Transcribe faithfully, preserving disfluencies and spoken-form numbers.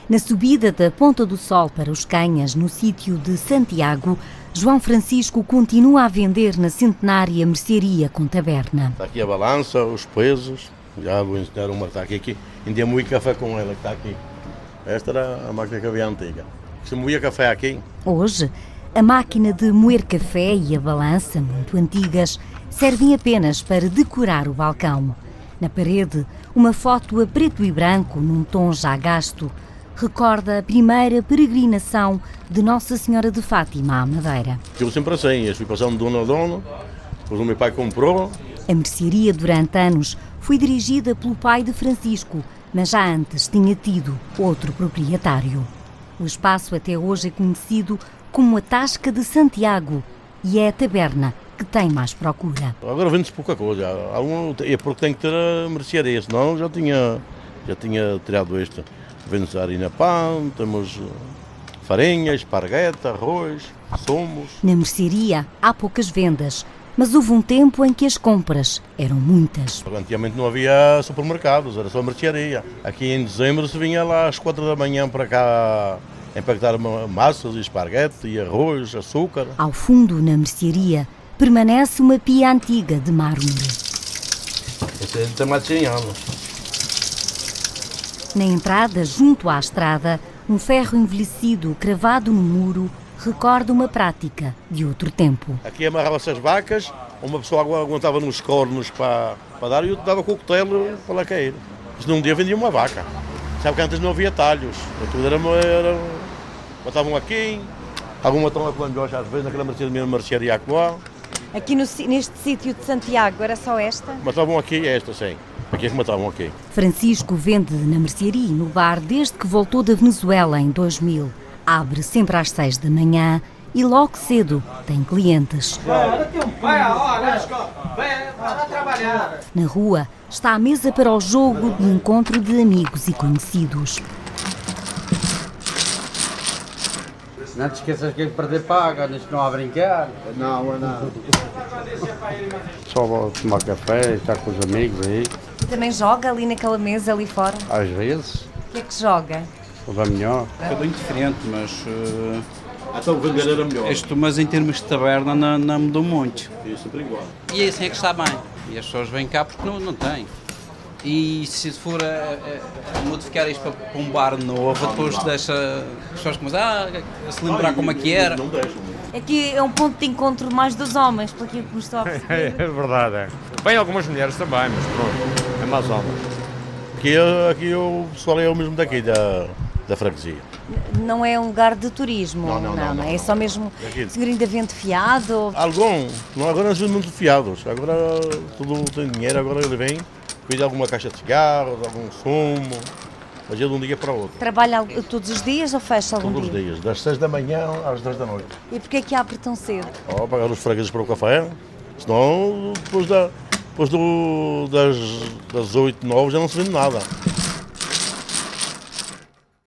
Na subida da Ponta do Sol para os Canhas, no sítio de Santiago, João Francisco continua a vender na centenária mercearia com taberna. Está aqui a balança, os pesos, já vou ensinar uma que está aqui, aqui. Ainda moí café com ela, que está aqui. Esta era a máquina que havia antiga. Se moía café aqui. Hoje, a máquina de moer café e a balança, muito antigas, servem apenas para decorar o balcão. Na parede, uma foto a preto e branco, num tom já gasto, recorda a primeira peregrinação de Nossa Senhora de Fátima à Madeira. Eu sempre assim, eu fui passando de dono a dono, depois o meu pai comprou. A mercearia, durante anos, foi dirigida pelo pai de Francisco, mas já antes tinha tido outro proprietário. O espaço até hoje é conhecido como a Tasca de Santiago e é a taberna que tem mais procura. Agora vende-se pouca coisa, é porque tem que ter a mercearia, senão já tinha, já tinha tirado isto. Vende-se harina pão, temos farinha, esparguete, arroz, sumos. Na mercearia há poucas vendas, mas houve um tempo em que as compras eram muitas. Antigamente não havia supermercados, era só mercearia. Aqui em dezembro se vinha lá às quatro da manhã para cá empaquetar massas, esparguete e arroz, açúcar. Ao fundo, na mercearia, permanece uma pia antiga de mármore. Esse é tem mais de cem anos. Na entrada, junto à estrada, um ferro envelhecido cravado no muro recorda uma prática de outro tempo. Aqui amarrava-se as vacas, uma pessoa aguentava nos cornos para, para dar e outro dava coquetel para lá cair. Mas num dia vendia uma vaca. Sabe que antes não havia talhos, tudo era, era botavam aqui, alguma estão a planjoja às vezes, naquela mercearia, mercearia aqua. Aqui no, neste sítio de Santiago era só esta? Matavam aqui esta, sim. Aqui é que matavam aqui. Francisco vende na mercearia e no bar desde que voltou da Venezuela em dois mil. Abre sempre às seis da manhã e logo cedo tem clientes. Na rua está a mesa para o jogo de encontro de amigos e conhecidos. Não te esqueças que perder paga, isto não há a brincar. Não, não. Só vou tomar café, estar com os amigos aí. E também joga ali naquela mesa ali fora? Às vezes. O que é que joga? O da melhor. É um bocadinho diferente, mas... Uh, então vender era melhor. Isto, mas em termos de taberna não, não mudou muito. Isso, sempre igual. E assim é que está bem. E as pessoas vêm cá porque não, não têm. E se for a, a, a modificar isto para, para um bar novo, depois deixa as pessoas começam a, a se lembrar como é que era. Aqui é um ponto de encontro mais dos homens, por aquilo que me estou a perceber. É verdade, é. Bem, algumas mulheres também, mas pronto, é mais homens. Aqui, aqui o pessoal é o mesmo daqui, da, da freguesia. Não é um lugar de turismo, não, não, não, não, não é não. Só mesmo senhorinho de vento fiado? Ou... Algum, não, agora não são muito fiados, agora tudo tem dinheiro, agora ele vem, cuida alguma caixa de cigarros, algum sumo, mas é de um dia para o outro. Trabalha todos os dias ou fecha algum todos dia? Todos os dias, das seis da manhã às dez da noite. E porquê é que abre tão cedo? Oh, pagar os fregueses para o café, senão depois, da, depois do, das, das oito, nove já não se vende nada.